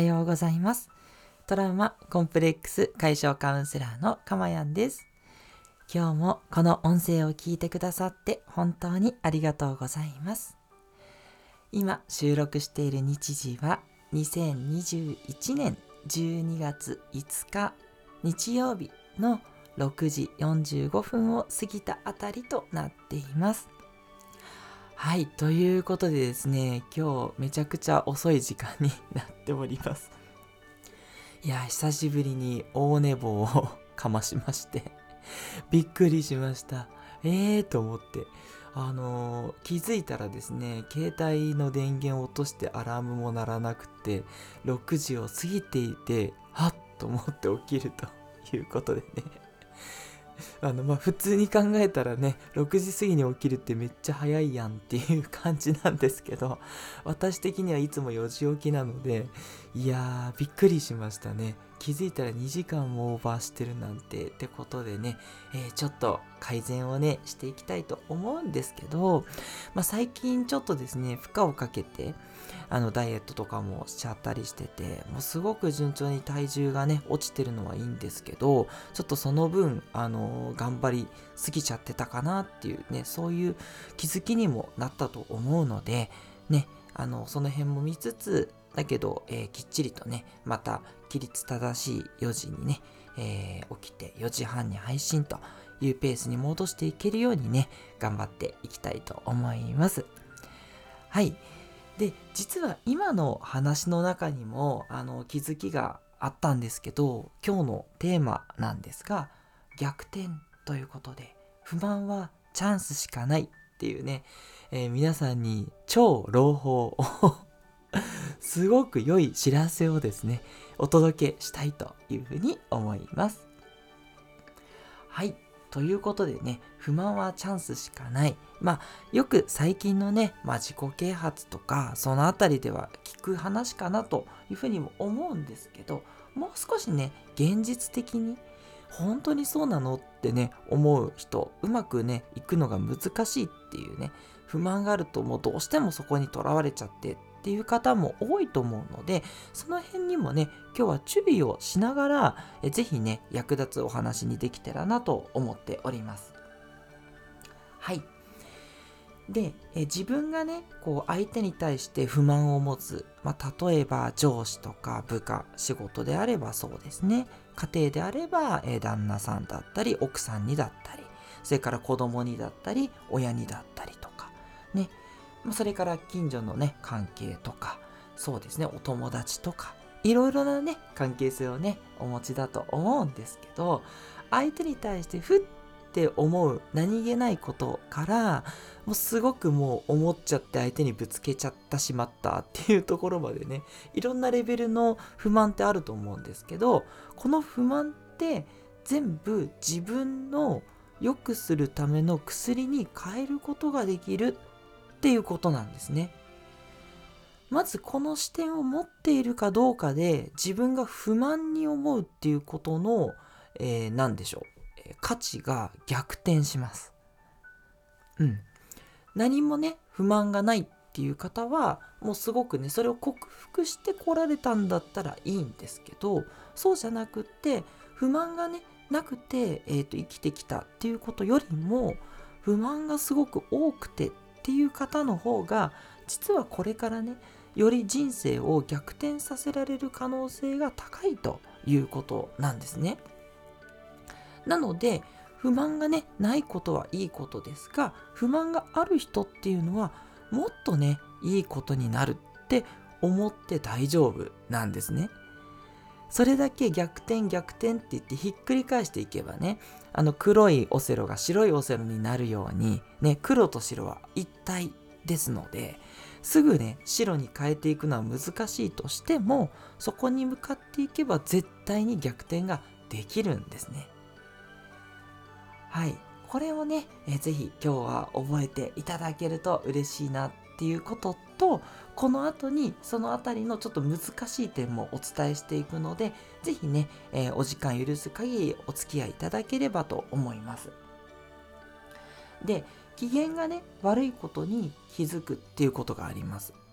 はようございます。トラウマコンプレックス解消カウンセラーのかまやんです。今日もこの音声を聞いてくださって本当にありがとうございます。今収録している日時は2021年12月5日日曜日の6時45分を過ぎたあたりとなっています。はい、ということでですね、今日めちゃくちゃ遅い時間になっております。いや、久しぶりに大寝坊をかましましてびっくりしました。と思って。気づいたらですね、携帯の電源を落としてアラームも鳴らなくて、6時を過ぎていて、はっと思って起きるということでね。普通に考えたらね、6時過ぎに起きるってめっちゃ早いやんっていう感じなんですけど、私的にはいつも4時起きなので、いやー、びっくりしましたね。気づいたら2時間もオーバーしてるなんてってことでね、ちょっと改善をね、していきたいと思うんですけど、最近ちょっとですね、負荷をかけて、ダイエットとかもしちゃったりしてて、もうすごく順調に体重がね、落ちてるのはいいんですけど、ちょっとその分、頑張りすぎちゃってたかなっていうね、そういう気づきにもなったと思うので、ね、その辺も見つつ、だけど、きっちりとね、また規律正しい4時にね、起きて4時半に配信というペースに戻していけるようにね、頑張っていきたいと思います。はい。で、実は今の話の中にも気づきがあったんですけど、今日のテーマなんですが、逆転ということで、不満はチャンスしかないっていうね、皆さんに超朗報をすごく良い知らせをですね、お届けしたいというふうに思います。はい。ということでね、不満はチャンスしかない。よく最近のね、自己啓発とか、そのあたりでは聞く話かなというふうにも思うんですけど、もう少しね、現実的に、本当にそうなのってね、思う人、うまくね、いくのが難しいっていうね、不満があるともうどうしてもそこにとらわれちゃってっていう方も多いと思うので、その辺にもね、今日は注意をしながら、ぜひね、役立つお話にできたらなと思っております。はい。で、自分がね、こう相手に対して不満を持つ、例えば上司とか部下、仕事であればそうですね、家庭であれば、旦那さんだったり、奥さんにだったり、それから子供にだったり、親にだったりとか、ね、それから近所のね、関係とか、そうですね、お友達とか、いろいろなね、関係性をね、お持ちだと思うんですけど、相手に対してふって思う何気ないことから、もうすごくもう思っちゃって相手にぶつけちゃったしまったっていうところまでね、いろんなレベルの不満ってあると思うんですけど、この不満って全部自分の良くするための薬に変えることができるっていうことなんですね。まずこの視点を持っているかどうかで自分が不満に思うっていうことの、何でしょう、価値が逆転します。何もね、不満がないっていう方は、もうすごくね、それを克服してこられたんだったらいいんですけど、そうじゃなくって、不満がね、なくて、生きてきたっていうことよりも、不満がすごく多くてっていう方の方が、実はこれからね、より人生を逆転させられる可能性が高いということなんですね。なので、不満がね、ないことはいいことですが、不満がある人っていうのは、もっとね、いいことになるって思って大丈夫なんですね。それだけ逆転逆転って言ってひっくり返していけばね、黒いオセロが白いオセロになるように、ね、黒と白は一体ですので、すぐね、白に変えていくのは難しいとしても、そこに向かっていけば絶対に逆転ができるんですね。はい。これをね、ぜひ今日は覚えていただけると嬉しいなっていうことと、この後にそのあたりのちょっと難しい点もお伝えしていくので、ぜひね、お時間許す限りお付き合いいただければと思います。で、機嫌がね、悪いことに気づくっていうことがあります。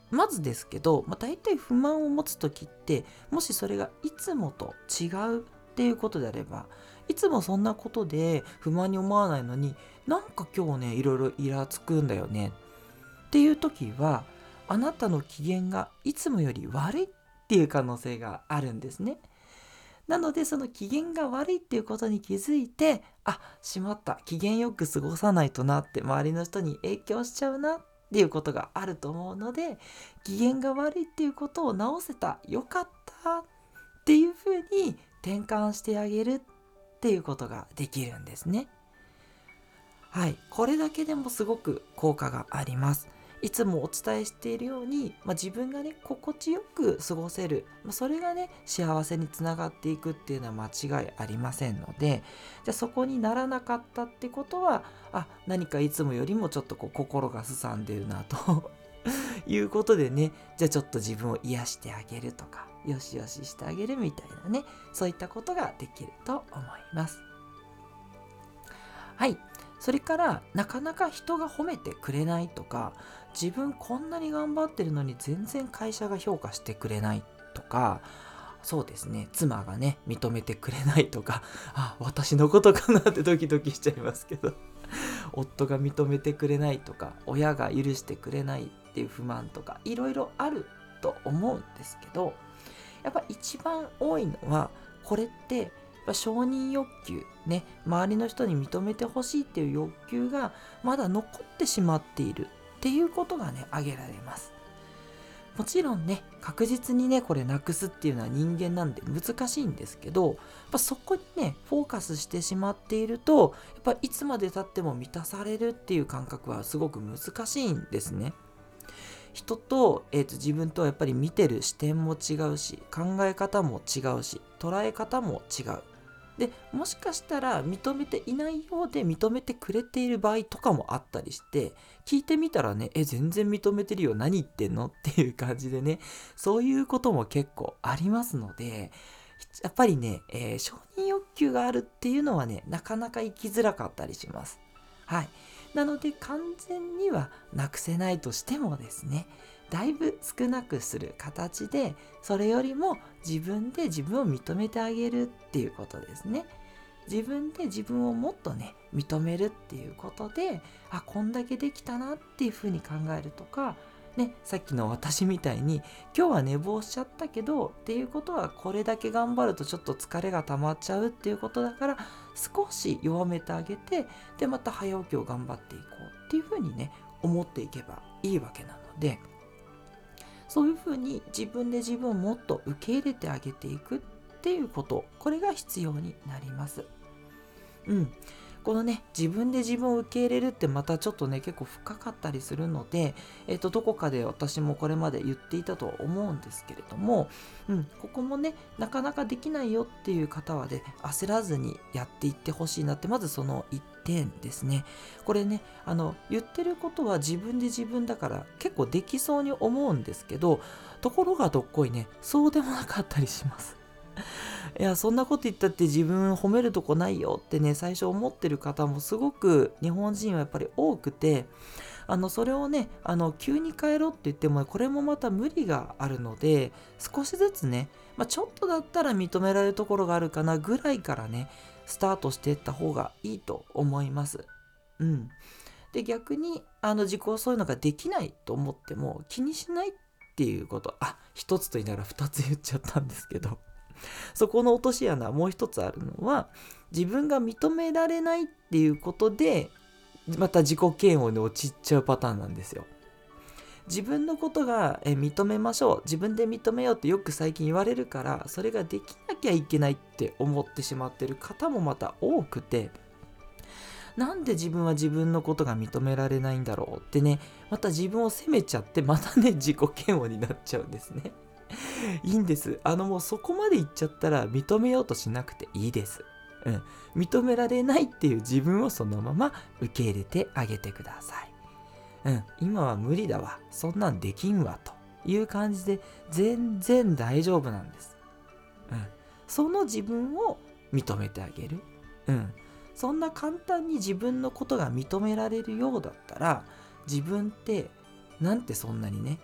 まずですけど、大体不満を持つ時って、もしそれがいつもと違うっていうことであれば、いつもそんなことで不満に思わないのに、なんか今日ねいろいろイラつくんだよねっていう時は、あなたの機嫌がいつもより悪いっていう可能性があるんですね。なので、その機嫌が悪いっていうことに気づいて、しまった、機嫌よく過ごさないとなって、周りの人に影響しちゃうなっていうことがあると思うので、機嫌が悪いっていうことを直せた、よかったっていうふうに転換してあげるっていうことができるんですね。はい、これだけでもすごく効果があります。いつもお伝えしているように、自分がね心地よく過ごせる、それがね幸せにつながっていくっていうのは間違いありませんので、じゃあそこにならなかったってことは、何かいつもよりもちょっと心がすさんでるなということでね、じゃあちょっと自分を癒してあげるとか、よしよししてあげるみたいなね、そういったことができると思います。はい。それから、なかなか人が褒めてくれないとか、自分こんなに頑張ってるのに全然会社が評価してくれないとか、そうですね、妻がね認めてくれないとか、私のことかなってドキドキしちゃいますけど夫が認めてくれないとか、親が許してくれないっていう不満とか、いろいろあると思うんですけど、やっぱ一番多いのは、これって承認欲求ね、周りの人に認めてほしいっていう欲求がまだ残ってしまっているっていうことがね、挙げられます。もちろんね、確実にねこれなくすっていうのは人間なんで難しいんですけど、そこにねフォーカスしてしまっていると、いつまで経っても満たされるっていう感覚はすごく難しいんですね。人と、自分とやっぱり見てる視点も違うし、考え方も違うし、捉え方も違う。で、もしかしたら認めていないようで認めてくれている場合とかもあったりして、聞いてみたらね、全然認めてるよ、何言ってんのっていう感じでね、そういうことも結構ありますので、やっぱりね、承認欲求があるっていうのはね、なかなか生きづらかったりします。はい。なので完全にはなくせないとしてもですね、だいぶ少なくする形で、それよりも自分で自分を認めてあげるっていうことですね。自分で自分をもっとね認めるっていうことで、こんだけできたなっていうふうに考えるとかね、さっきの私みたいに、今日は寝坊しちゃったけどっていうことは、これだけ頑張るとちょっと疲れが溜まっちゃうっていうことだから、少し弱めてあげて、でまた早起きを頑張っていこうっていうふうにね思っていけばいいわけなので、そういうふうに自分で自分をもっと受け入れてあげていくっていうこと、これが必要になります。このね、自分で自分を受け入れるってまたちょっとね結構深かったりするので、どこかで私もこれまで言っていたと思うんですけれども、ここもねなかなかできないよっていう方はね、焦らずにやっていってほしいなって、まずその1点ですね。これね、言ってることは自分で自分だから結構できそうに思うんですけど、ところがどっこいね、そうでもなかったりします。いや、そんなこと言ったって自分褒めるとこないよってね、最初思ってる方もすごく日本人はやっぱり多くて、それをね、急に変えろって言っても、これもまた無理があるので、少しずつね、ちょっとだったら認められるところがあるかなぐらいからね、スタートしていった方がいいと思います。で、逆に、自己そういうのができないと思っても気にしないっていうこと、一つと言いながら二つ言っちゃったんですけど、そこの落とし穴もう一つあるのは、自分が認められないっていうことでまた自己嫌悪に陥っちゃうパターンなんですよ。自分のことが認めましょう、自分で認めようってよく最近言われるから、それができなきゃいけないって思ってしまってる方もまた多くて、なんで自分は自分のことが認められないんだろうってね、また自分を責めちゃって、またね自己嫌悪になっちゃうんですね。いいんです。もうそこまで言っちゃったら認めようとしなくていいです。認められないっていう自分をそのまま受け入れてあげてください。今は無理だわ、そんなんできんわという感じで全然大丈夫なんです。その自分を認めてあげる。そんな簡単に自分のことが認められるようだったら、自分ってなんてそんなにね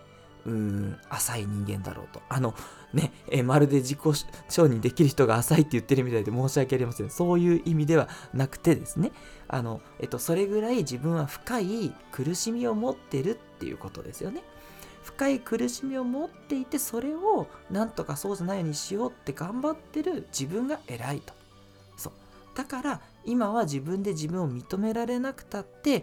浅い人間だろうと。まるで自己承認できる人が浅いって言ってるみたいで申し訳ありません。そういう意味ではなくてですね、それぐらい自分は深い苦しみを持ってるっていうことですよね。深い苦しみを持っていて、それをなんとかそうじゃないようにしようって頑張ってる自分が偉いと。そう。だから今は自分で自分を認められなくたって、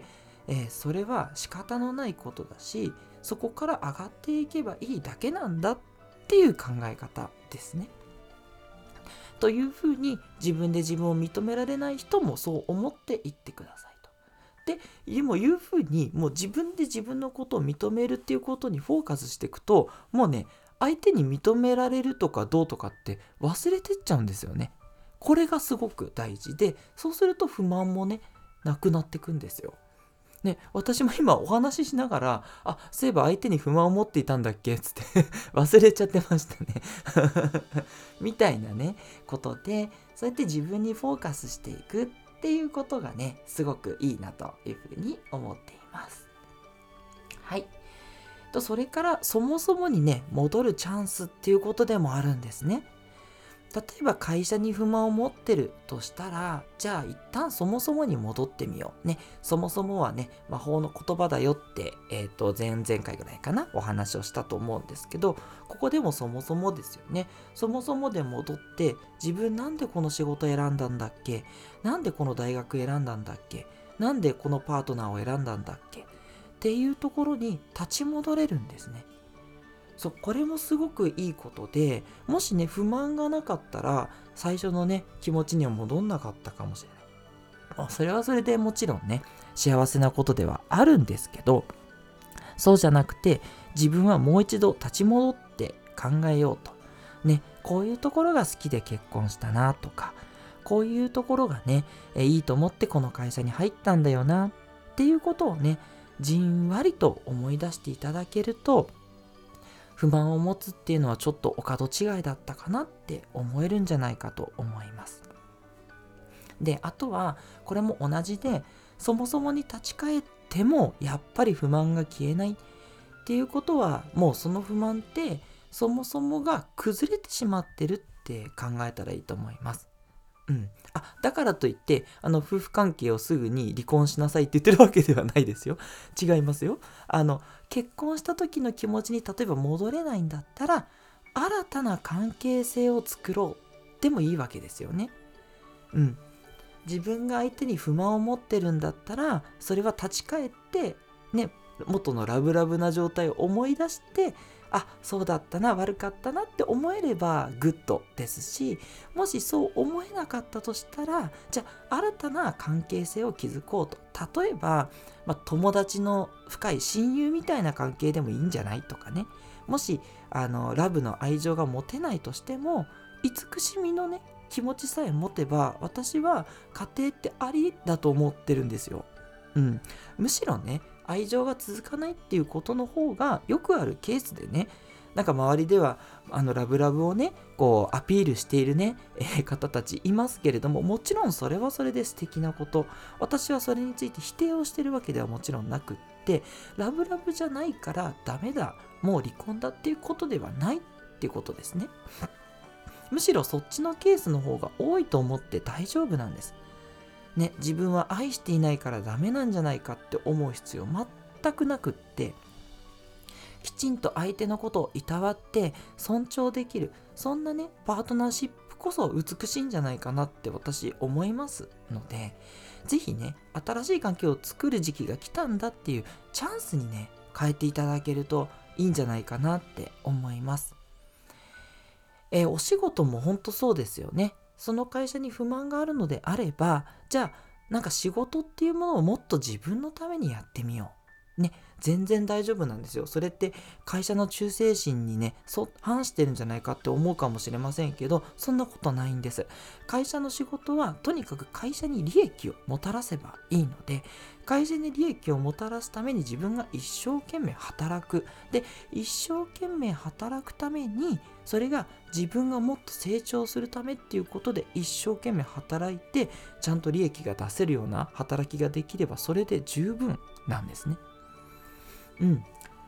それは仕方のないことだし、そこから上がっていけばいいだけなんだっていう考え方ですね。というふうに自分で自分を認められない人もそう思っていってくださいと。でもいうふうにもう自分で自分のことを認めるっていうことにフォーカスしていくと、もうね、相手に認められるとかどうとかって忘れてっちゃうんですよね。これがすごく大事で、そうすると不満もね、なくなっていくんですよ。ね、私も今お話ししながら、そういえば相手に不満を持っていたんだっけつって忘れちゃってましたねみたいなね、ことで、そうやって自分にフォーカスしていくっていうことがね、すごくいいなというふうに思っています。はい。それからそもそもにね、戻るチャンスっていうことでもあるんですね。例えば会社に不満を持ってるとしたら、じゃあ一旦そもそもに戻ってみよう。ね、そもそもはね、魔法の言葉だよって、前々回ぐらいかな、お話をしたと思うんですけど、ここでもそもそもですよね。そもそもで戻って、自分なんでこの仕事選んだんだっけ？なんでこの大学選んだんだっけ？なんでこのパートナーを選んだんだっけ？っていうところに立ち戻れるんですね。これもすごくいいことで、もしね、不満がなかったら、最初のね、気持ちには戻んなかったかもしれない。それはそれでもちろんね、幸せなことではあるんですけど、そうじゃなくて、自分はもう一度立ち戻って考えようと。ね、こういうところが好きで結婚したなとか、こういうところがね、いいと思ってこの会社に入ったんだよなっていうことをね、じんわりと思い出していただけると、不満を持つっていうのはちょっとお門違いだったかなって思えるんじゃないかと思います。で、あとはこれも同じで、そもそもに立ち返ってもやっぱり不満が消えないっていうことは、もうその不満ってそもそもが崩れてしまってるって考えたらいいと思います。だからといって夫婦関係をすぐに離婚しなさいって言ってるわけではないですよ。違いますよ。結婚した時の気持ちに例えば戻れないんだったら、新たな関係性を作ろうでもいいわけですよね。自分が相手に不満を持ってるんだったら、それは立ち返ってね、元のラブラブな状態を思い出して、そうだったな、悪かったなって思えればグッドですし、もしそう思えなかったとしたら、じゃあ新たな関係性を築こうと。例えば、友達の深い親友みたいな関係でもいいんじゃないとかね。もしラブの愛情が持てないとしても、慈しみのね、気持ちさえ持てば、私は家庭ってありだと思ってるんですよ。むしろね、愛情が続かないっていうことの方がよくあるケースでね、なんか周りではラブラブをね、こうアピールしているね、方たちいますけれども、もちろんそれはそれで素敵なこと。私はそれについて否定をしてるわけではもちろんなくって、ラブラブじゃないからダメだ、もう離婚だっていうことではないっていうことですね。むしろそっちのケースの方が多いと思って大丈夫なんです。ね、自分は愛していないからダメなんじゃないかって思う必要全くなくって、きちんと相手のことをいたわって尊重できる、そんなね、パートナーシップこそ美しいんじゃないかなって私思いますので、ぜひね、新しい環境を作る時期が来たんだっていうチャンスにね、変えていただけるといいんじゃないかなって思います。お仕事も本当そうですよね。その会社に不満があるのであれば、じゃあなんか仕事っていうものをもっと自分のためにやってみよう。ね、全然大丈夫なんですよ。それって会社の忠誠心にね、反してるんじゃないかって思うかもしれませんけど、そんなことないんです。会社の仕事はとにかく会社に利益をもたらせばいいので、会社に利益をもたらすために自分が一生懸命働く。で、一生懸命働くために、それが自分がもっと成長するためっていうことで一生懸命働いて、ちゃんと利益が出せるような働きができればそれで十分なんですね。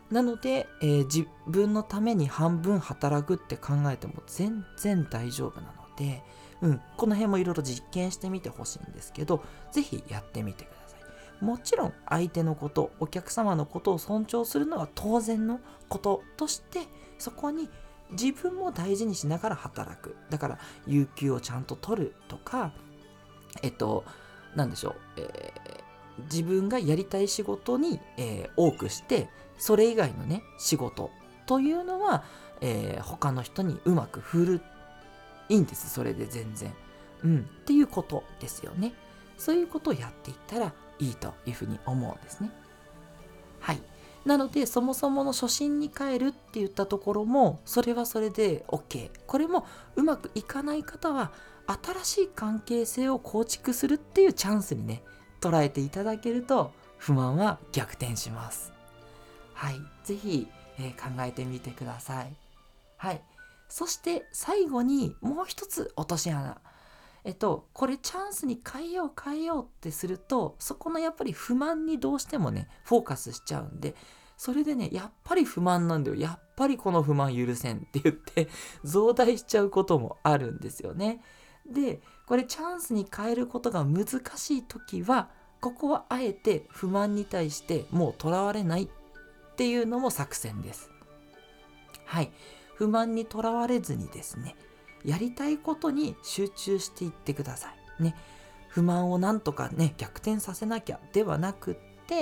なので、自分のために半分働くって考えても全然大丈夫なので、この辺もいろいろ実験してみてほしいんですけど、ぜひやってみてください。もちろん相手のこと、お客様のことを尊重するのは当然のこととして、そこに自分も大事にしながら働く。だから有給をちゃんと取るとか、なんでしょう、自分がやりたい仕事に、多くして、それ以外のね仕事というのは、他の人にうまく振るいいんです。それで全然っていうことですよね。そういうことをやっていったらいいというふうに思うんですね。はい。なのでそもそもの初心に帰るって言ったところも、それはそれで OK。 これもうまくいかない方は新しい関係性を構築するっていうチャンスにね捉えていただけると、不満は逆転します。はい。ぜひ、考えてみてください。はい。そして最後にもう一つ落とし穴。これチャンスに変えようってすると、そこのやっぱり不満にどうしてもねフォーカスしちゃうんで、それでねやっぱり不満なんだよ、やっぱりこの不満許せんって言って増大しちゃうこともあるんですよね。でこれチャンスに変えることが難しい時は、ここはあえて不満に対してもうとらわれないっていうのも作戦です。はい。不満にとらわれずにですね、やりたいことに集中していってください。ね。不満をなんとかね、逆転させなきゃではなくって、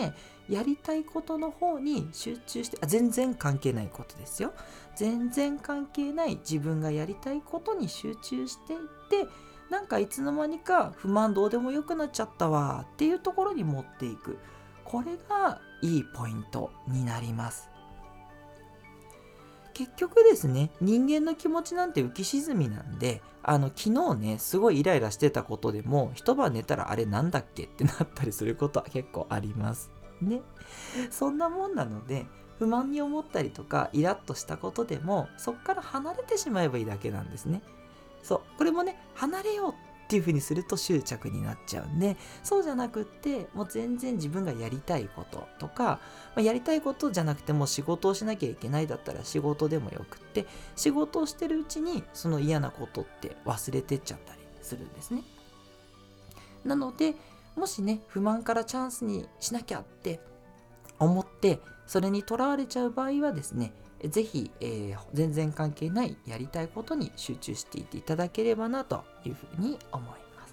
やりたいことの方に集中して、全然関係ないことですよ。全然関係ない自分がやりたいことに集中していって、なんかいつの間にか不満どうでもよくなっちゃったわっていうところに持っていく。これがいいポイントになります。結局ですね、人間の気持ちなんて浮き沈みなんで、昨日ねすごいイライラしてたことでも一晩寝たらあれなんだっけってなったりすることは結構ありますね。そんなもんなので、不満に思ったりとかイラッとしたことでもそこから離れてしまえばいいだけなんですね。そう、これもね離れようっていう風にすると執着になっちゃうんで、そうじゃなくって、もう全然自分がやりたいこととか、やりたいことじゃなくても仕事をしなきゃいけないだったら仕事でもよくって、仕事をしてるうちにその嫌なことって忘れてっちゃったりするんですね。なのでもしね不満からチャンスにしなきゃって思ってそれにとらわれちゃう場合はですね、ぜひ、全然関係ないやりたいことに集中していっていただければなというふうに思います。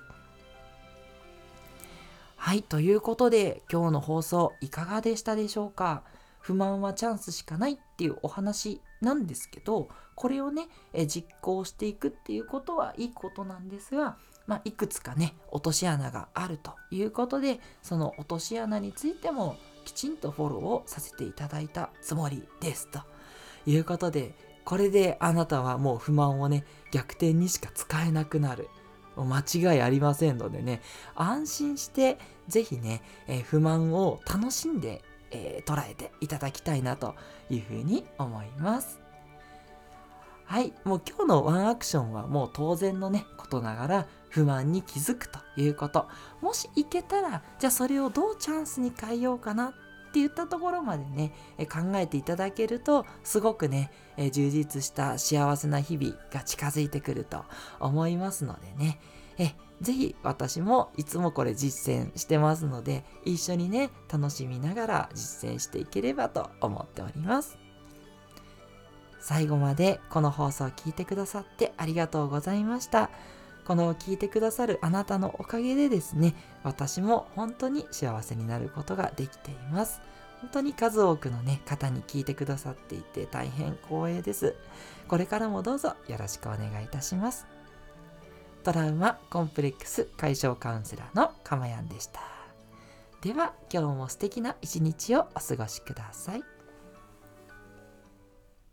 はい、ということで今日の放送いかがでしたでしょうか。不満はチャンスしかないっていうお話なんですけど、これをね実行していくっていうことはいいことなんですが、いくつかね落とし穴があるということで、その落とし穴についてもきちんとフォローをさせていただいたつもりですということで、これであなたはもう不満をね逆転にしか使えなくなる、間違いありませんのでね、安心してぜひね、不満を楽しんで、捉えていただきたいなというふうに思います。はい、もう今日のワンアクションはもう当然のねことながら、不満に気づくということ、もしいけたらじゃあそれをどうチャンスに変えようかなって言ったところまでね考えていただけると、すごくね充実した幸せな日々が近づいてくると思いますのでね、ぜひ私もいつもこれ実践してますので、一緒にね楽しみながら実践していければと思っております。最後までこの放送を聞いてくださってありがとうございました。この聞いてくださるあなたのおかげでですね、私も本当に幸せになることができています。本当に数多くのね方に聞いてくださっていて大変光栄です。これからもどうぞよろしくお願いいたします。トラウマコンプレックス解消カウンセラーのかまやんでした。では今日も素敵な一日をお過ごしください。